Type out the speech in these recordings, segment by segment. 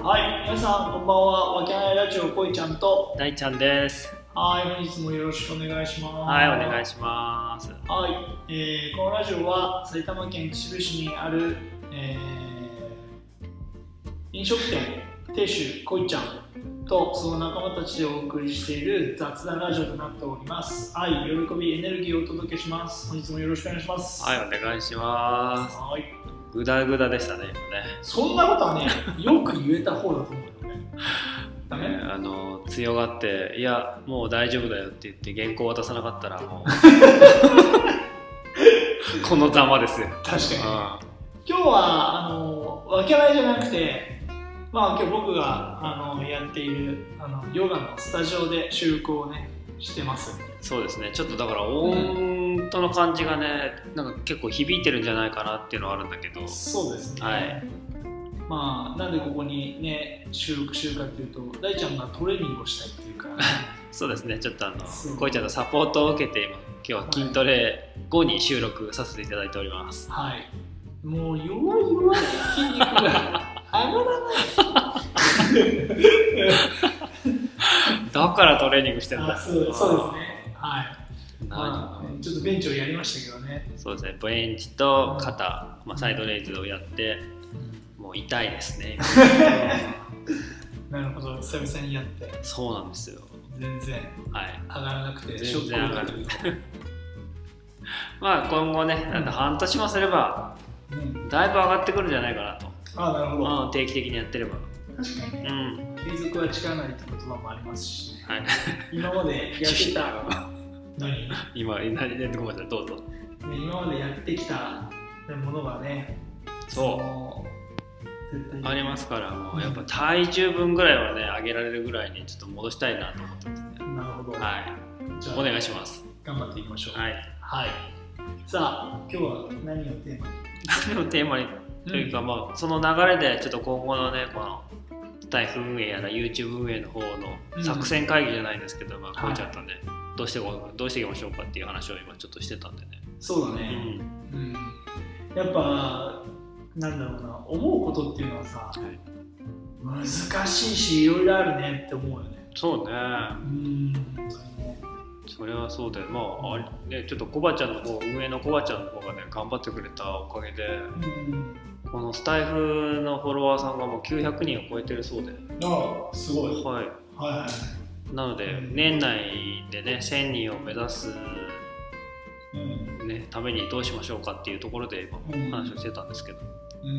はい、皆さんこんばんは。わけないラジオこいちゃんと大ちゃんです。 はい、本日もよろしくお願いします。 はい、お願いします。 はい、このラジオは埼玉県秩父市にある、飲食店亭主こいちゃんとその仲間たちでお送りしている雑談ラジオとなっております。愛、喜び、エネルギーをお届けします。本日もよろしくお願いします。 はい、お願いします。 はい、 グダグダでしたね、今ね。 そんなことはね、よく言えた方だと思うよね。 強がって、いや、もう大丈夫だよって言って原稿を渡さなかったらもうこのざまですよ。 確かに、今日はわけないじゃなくて、今日僕がやっているヨガのスタジオで収録をねしてます。 そうですね、ちょっとだから音との感じがね、なんか結構響いてるんじゃないかなっていうのはあるんだけど。 そうですね、 はい。 なんでここにね収録してるかっていうと、大ちゃんがトレーニングをしたいっていうから、ね、 そうですね、ちょっとこいちゃんのサポートを受けて今日は筋トレ後に収録させていただいております。 はい、もう弱い筋肉が上がらないだからトレーニングしてるんだ。 そうですね、はい。ちょっとベンチをやりましたけどね。 そうですね、ベンチと肩、サイドレイズをやって、もう痛いですね。 なるほど、久々にやって。 そうなんですよ。 全然上がらなくて、 全然上がる。今後ね、半年もすれば、だいぶ上がってくるんじゃないかなと。 なるほど。 定期的にやってれば。 確かにね。継続は力なりって言葉もありますしね。 はい。 今までやってた。何？ ごめんなさい、どうぞ。 今までやってきたものがね。 そう。ありますから、もうやっぱ体重分ぐらいはね上げられるぐらいにちょっと戻したいなと思ってますね。 なるほど。 はい。じゃあお願いします。 頑張っていきましょう。 はい。 はい。さあ、今日は何をテーマにというか、その流れでちょっと今後のねこのスタイフ運営やら YouTube 運営の方の作戦会議じゃないんですけど、こうちゃったんで、どうしていきましょうかっていう話を今ちょっとしてたんでね。 そうだね。やっぱなんだろうな、思うことっていうのはさ、難しいしいろいろあるねって思うよね。 そうね。それはそうで、ちょっとコバちゃんの方、運営のコバちゃんの方がね頑張ってくれたおかげで、このスタイフのフォロワーさんがもう900人を超えてるそうで。 すごい。 はい。なので年内でね1000人を目指すためにどうしましょうかっていうところで今話をしてたんですけど。 確か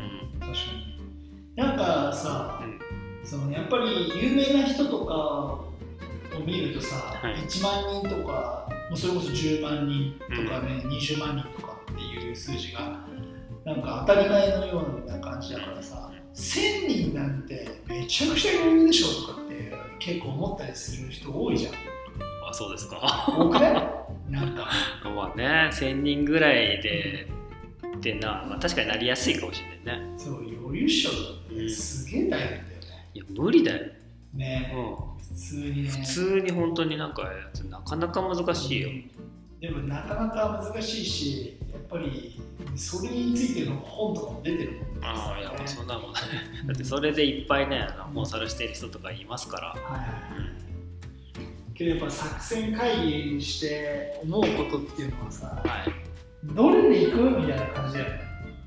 に。なんかさ、やっぱり有名な人とかを見るとさ、1万人とか、それこそ10万人とかね、20万人とかっていう数字がなんか当たり前のような感じだからさ、1000人なんてめちゃくちゃ余裕でしょとかって結構思ったりする人多いじゃん。 あ、そうですか。 多くない？なんか 1000人ぐらいでって確かになりやすいかもしれないね。 そう、余裕っしょだってすげえ大変だよね。 いや、無理だよね。普通にね。 普通に本当になかなか難しいよ。 でもなかなか難しいし、やっぱりそれについての本とかも出てるもんね。 いや、そんなもんね。だってそれでいっぱいねコンサルしてる人とかいますから。けどやっぱ作戦会議して思うことっていうのはさ、どれでいくみたいな感じだよね。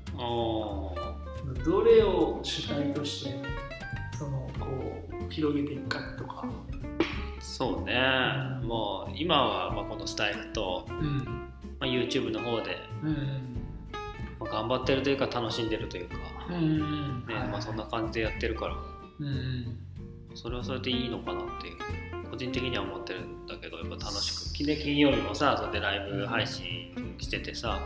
どれを主体として広げていくかとか。 そうね、もう今はこのスタイフと、YouTube の方で、頑張ってるというか楽しんでるというか、そんな感じでやってるから、それはそれでいいのかなっていう個人的には思ってるんだけど、やっぱ楽しく金曜日もさ、それでライブ配信しててさ、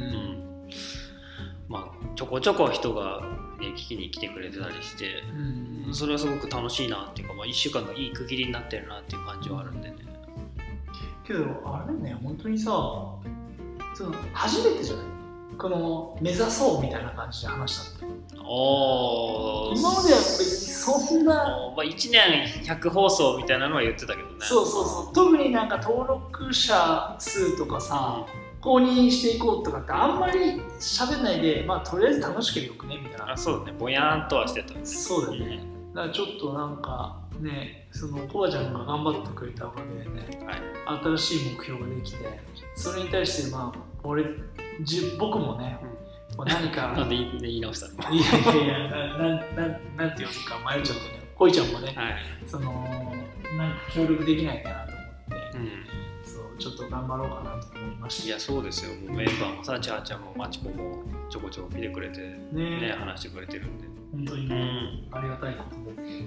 ちょこちょこ人が、聞きに来てくれてたりして、それはすごく楽しいなっていうか、1週間がいい区切りになってるなっていう感じはあるんでね。けどあれね、本当にさ、初めてじゃない？この目指そうみたいな感じで話したって。今までは別にそんな 1年100放送みたいなのは言ってたけどね。 そう特になんか登録者数とかさ、公認していこうとかってあんまり喋んないで、とりあえず楽しければよくねみたいな。 そうだね、ぼやーんとはしてた。 そうだよね。 だからちょっとなんかね、そのコバちゃんが頑張ってくれたおかげでね、 はい、 新しい目標ができて、それに対してまあ僕もね、何かなんで言い直したの？ いやなんていうか迷っちゃったね。こいちゃんもね、 はい、 そのなんか協力できないかなと思って、そうちょっと頑張ろうかなと思いました。 いやそうですよ。もうメンバーもさ、ちゃーちゃんもまちこもちょこちょこ来てくれてね話してくれてるんで、 本当にね、ありがたいことです。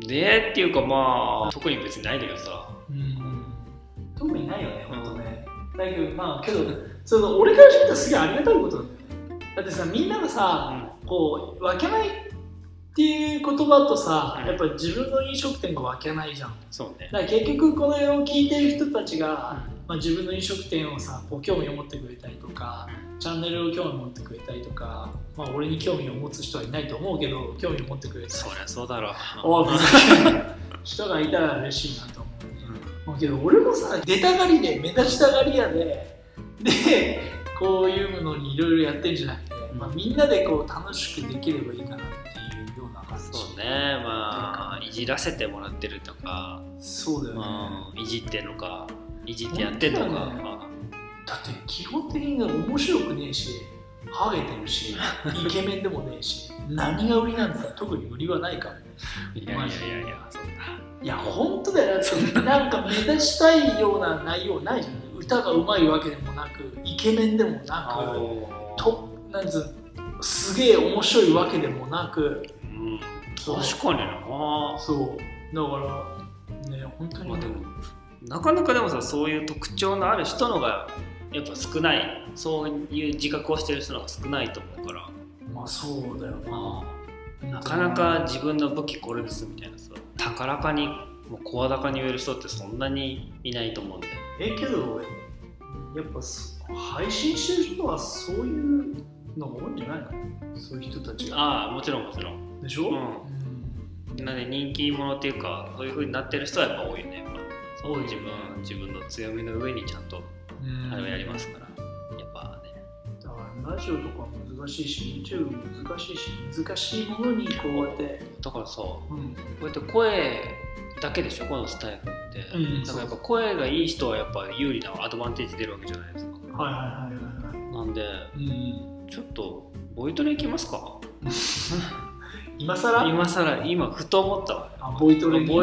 でっていうかまあ特に別にないんだけどさ、 特にないよね、本当ね。だけどまあけどその俺からしたらすげえありがたいことなんだよね。だってさ、みんながさ、こう分けないっていう言葉とさ、やっぱり自分の飲食店が分けないじゃん。 そうね。 だから結局この絵を聞いてる人たちが、まあ、自分の飲食店をさこう興味を持ってくれたりとか、チャンネルを興味を持ってくれたりとか、まあ俺に興味を持つ人はいないと思うけど、興味を持ってくれたり、 そりゃそうだろう。 人がいたら嬉しいなと思うね。まあけど俺もさ、出たがりで目立ちたがり屋でこういうのにいろいろやってんじゃなくて、まあ、みんなでこう楽しくできればいいかなっていうような感じ。 そうね、まあいじらせてもらってるとか、 そうだよね、 いじってんのかいじってやってんのか、 だって基本的に面白くねえし、ハゲてるし、イケメンでもねえし、何が売りなんだ。特に売りはないから。 いやいやいやいや、そうだ。 いや本当だよ。だってなんか目立ちたいような内容ないじゃん。歌がうまいわけでもなく、イケメンでもなく、なんつうすげえ面白いわけでもなく、 確かにな。 そうだからね、本当に、 まあ、でもなかなかでもさ、そういう特徴のある人のがやっぱ少ない、そういう自覚をしてる人のが少ないと思うから。 まあそうだよな。 なかなか自分の武器これですみたいなさ、高らかにもう声高に言える人ってそんなにいないと思うんだよ。 けどやっぱ配信してる人はそういうのが多いんじゃないの？そういう人たちが。 もちろんもちろん。 でしょ？ なんで人気者っていうか、そういう風になってる人はやっぱ多いよね。そう自分の強みの上にちゃんとあれをやりますから、やっぱね。 だからラジオとか難しいし、YouTube 難しいし、難しいものにこうやって。 だからさ、こうやって声だけでしょ、このスタイルって。だからやっぱ声がいい人はやっぱ有利なアドバンテージ出るわけじゃないですか。なんで、ちょっとボイトレ行きますか？ 今ふと思ったわ。 ボイトレ。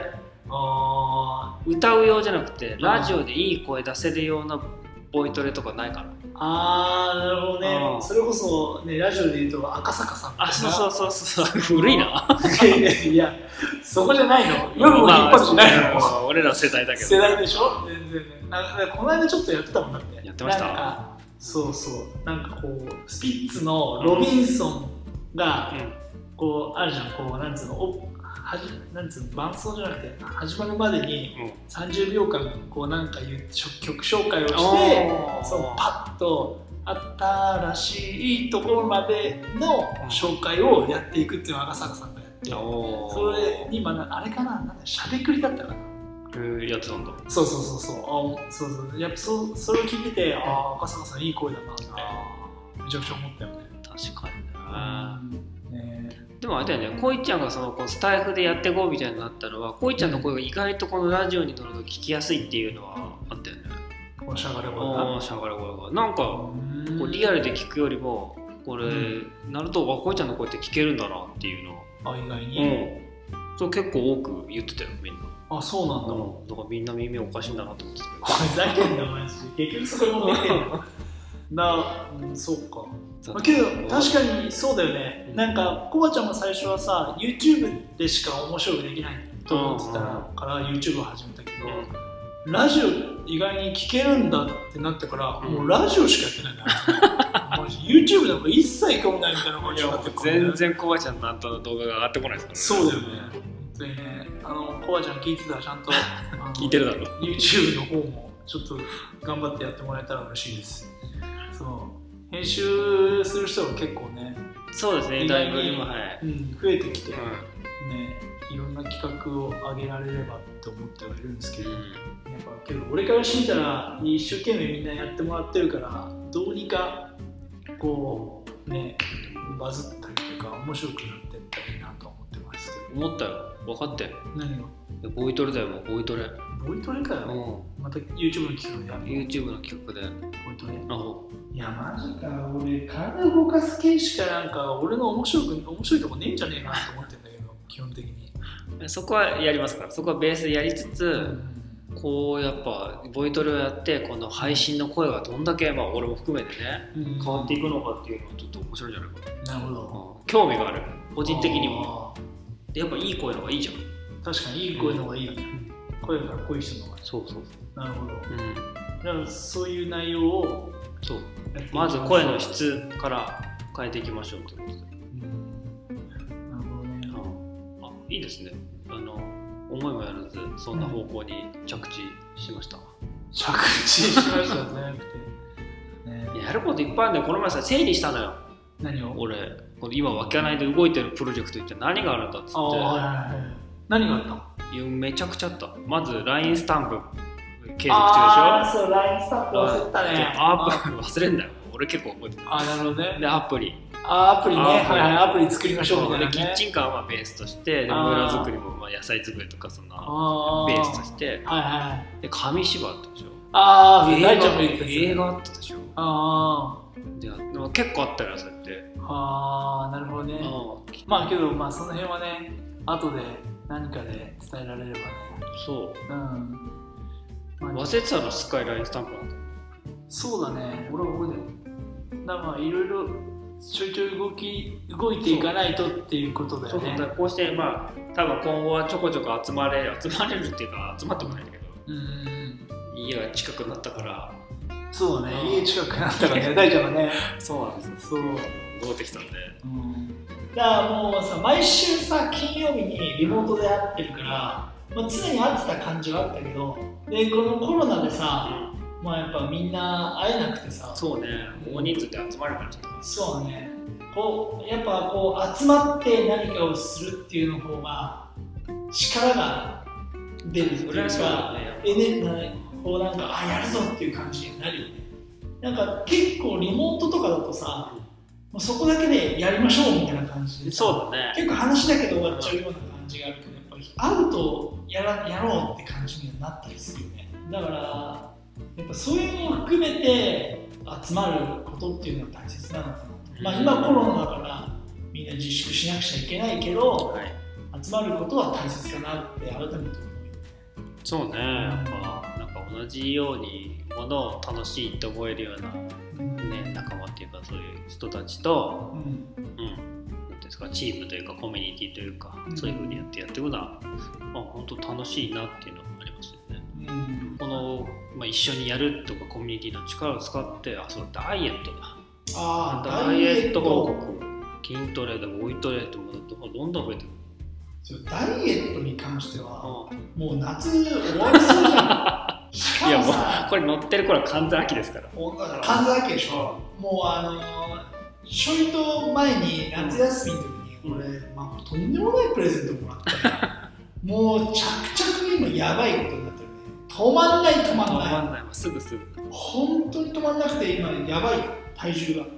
歌うようじゃなくてラジオでいい声出せるようなボイトレとかないかな。 なるほどね。それこそね、ラジオで言うと赤坂さんとか。 そう古いな。 いやそこじゃないの。夜も一発じゃないの。 俺ら世代だけど。 世代でしょ。全然ね。この間ちょっとやってたもんだって。 やってました。 なんかこうスピッツのロビンソンがこうあるじゃん、こうなんつうの伴奏じゃなくて始まるまでに30秒間こうなんか曲紹介をしてパッと新しいところまでの紹介をやっていくっていうのを赤坂さんがやって、それにあれかな、なんだしゃべくりだったかな。 やつなんだ。 そうやっぱそれを聞いてて、赤坂さんいい声だなってめちゃくちゃ思ったよね。 確かにね。でもあれだよね、こいちゃんがこうスタイフでやっていこうみたいになったのは、こいちゃんの声が意外とこのラジオに乗ると聞きやすいっていうのはあったよね。 しゃがれ声がなんかこうリアルで聞くよりもこれなると、こいちゃんの声って聞けるんだなっていうのを意外にそう結構多く言ってたよ、みんな。 そうなんだ。 だからみんな耳おかしいんだなと思ってたけど。ふざけんなマジで。結局それもねそうか。けど確かにそうだよね。なんかコバちゃんも最初はさ YouTube でしか面白くできないと思ってたから YouTube を始めたけど、ラジオ意外に聞けるんだってなってから、もうラジオしかやってないんだよ。YouTube なんか一切興味ないみたいな感じになってくる。 全然コバちゃんの後の動画が上がってこないですからね。そうだよね。本当にね、コバちゃん聞いてたらちゃんと聞いてるだろ。 YouTube の方もちょっと頑張ってやってもらえたら嬉しいです。編集する人が結構ね、 そうですね、だいぶ今増えてきて、いろんな企画を上げられればって思ってはいるんですけど、やっぱけど俺からしてみたら一生懸命みんなやってもらってるから、どうにかこうねバズったりとか面白くなっていったらいいなと思ってますけど。 思ったよ。分かって。 何が？ ボイトレだよ、もうボイトレ。 ボイトレかよ。また YouTube の企画で。 YouTube の企画で。 ボイトレ。 いや、マジか。俺、体動かす系しかなんか、俺の面白いとこねえんじゃねえかなと思ってんだけど、基本的に。 そこはやりますから、そこはベースでやりつつ、こうやっぱボイトレをやってこの配信の声がどんだけ、まあ、俺も含めてね、変わっていくのかっていうのはちょっと面白いんじゃないかな。 なるほど。 興味がある、個人的にも。でやっぱいい声の方がいいじゃん。 確かにいい声の方がいいよね。声がかっこいい人の方がいい。 そうそう。 なるほど。だからそういう内容をまず声の質から変えていきましょうということで。 なるほどね。 いいですね。思いもやらずそんな方向に着地しました。 着地しましたね。 やることいっぱいあるんだよ。この前さ整理したのよ。 何を？ 俺今わからないで動いてるプロジェクトって何があるんだっつって。 何があった？ いやめちゃくちゃあった。まず LINE スタンプ継続中でしょ。 そう LINE スタンプ忘れたね。 忘れんだよ。俺結構覚えてた。 なるほどね。 でアプリ。 アプリね。アプリ作りましょうみたいなね。 キッチンカーはベースとして、で村作りも野菜作りとかそんなベースとして、で紙芝居あったでしょ。映画あったでしょ。で結構あったよそうやって。 なるほどね。まあけどその辺はね後で何かで伝えられればね。 そう。忘れてたのスカイラインスタンプなんだ。 そうだね。俺は覚えてる。だからいろいろちょいちょい動いていかないとっていうことだよね。 そうこうして多分今後はちょこちょこ集まれるっていうか集まってもないんだけど、家が近くなったから。 そうだね。家近くなったからね。大丈夫ね。 そうなんですよ。 そう戻ってきたんで。 だからもうさ毎週さ金曜日にリモートで会ってるから、常に会ってた感じはあったけど、でこのコロナでさ。やっぱみんな会えなくてさ。 そうね。大人数で集まるからちょっと。 そうね。やっぱ集まって何かをするっていうの方が力が出るっていうか、なんかやるぞっていう感じになるよね。なんか結構リモートとかだとさ、そこだけでやりましょうみたいな感じでさ、 そうだね。 結構話だけで終わっちゃうような感じがあるけど、やっぱり会うとやろうって感じにはなったりするよね。だからやっぱそういうのを含めて集まることっていうのは大切なのかなと。今コロナだからみんな自粛しなくちゃいけないけど、集まることは大切かなって改めて思う。 そうね。やっぱなんか同じようにものを楽しいって思えるような、仲間っていうかそういう人たちと、なんていうんですか、チームというかコミュニティというか、そういう風にやっていくのは本当楽しいなっていうのがありますよね。この一緒にやるとかコミュニティの力を使ってダイエットだ。ダイエット報告、筋トレだ、ボイトレともどんどん増えてる。 ダイエットに関しては、もう夏終わりそうじゃん。しかもさ、 これ乗ってる頃は完全秋ですから。 完全秋でしょ。もうちょいと前に夏休みの時に俺、とんでもないプレゼントもらってもう着々に今やばいことになってるね。止まんない。 すぐ本当に止まんなくて今やばい体重が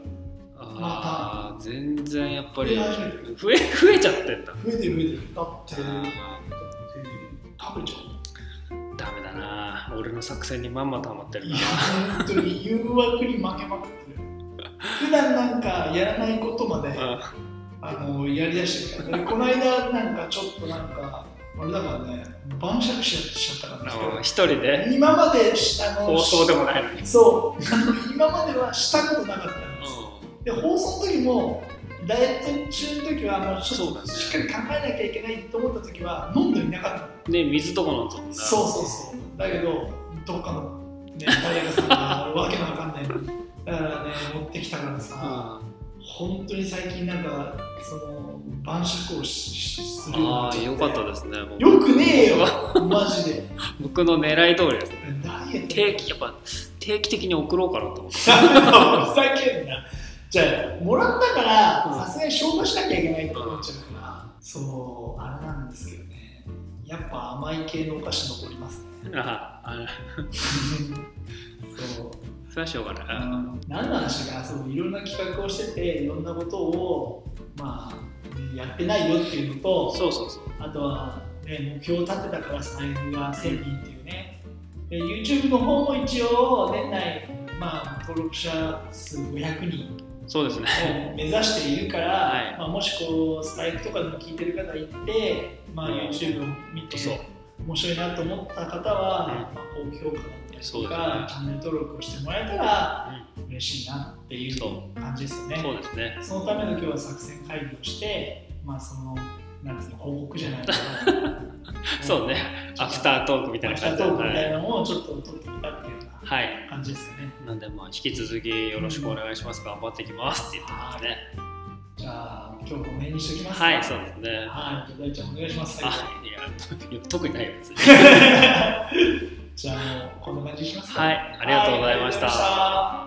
全然やっぱり増えちゃってんだ。 増えてる。だって食べちゃう。 ダメだな。俺の作戦にまんまとハマってるな。 本当に誘惑に負けまくってる。普段なんかやらないことまでやりだしてるから。この間なんかちょっとなんかあれだからね、晩酌しちゃったから一人で今まで放送でもないのに。 そう今まではしたことなかったんです。で放送の時もダイエット中の時はもうちょっとしっかり考えなきゃいけないと思った時は飲んでいなかったね。水とか飲んだもんね。 そうだけどどっかのダイエットさんがわけのわかんないのだからね持ってきたからさ、本当に最近なんか晩酌をするようになっちゃって。 よかったですね。 よくねえよマジで。 僕の狙い通りですね。定期的に送ろうかなと思って。ふざけんな。じゃあもらったからさすがに消化しなきゃいけないと思っちゃうから、あれなんですけどね。やっぱ甘い系のお菓子残りますね。 それはしょうがない。 何の話か、いろんな企画をしてていろんなことをやってないよっていうのと、 そうそうそう、 あとは、ね、目標を立てたからスタイフが1000人っていうね、で YouTube の方も一応年内、まあ、登録者数500人そうですねを目指しているから、 はい、 まあ、もしこうスタイフとかでも聞いてる方いて、まあ、YouTube を見て面白いなと思った方は、まあ、高評価だったりとか、チャンネル登録をしてもらえたら嬉しいなっていう感じですよね。 そうですね。 そのための今日は作戦会議をして、まあそのなんていうの報告じゃないけどそうね、アフタートークみたいな感じで、 アフタートークみたいなのをちょっと取ってみたっていうような感じですよね。 なんでまあ引き続きよろしくお願いします、頑張っていきますって言ってますね。 じゃあ今日この辺にしておきますか。 はい、そうですね。 はい、じゃあ大ちゃんお願いします。 いや特にないよ別にじゃあもうこんな感じにしますか。 はい、ありがとうございました。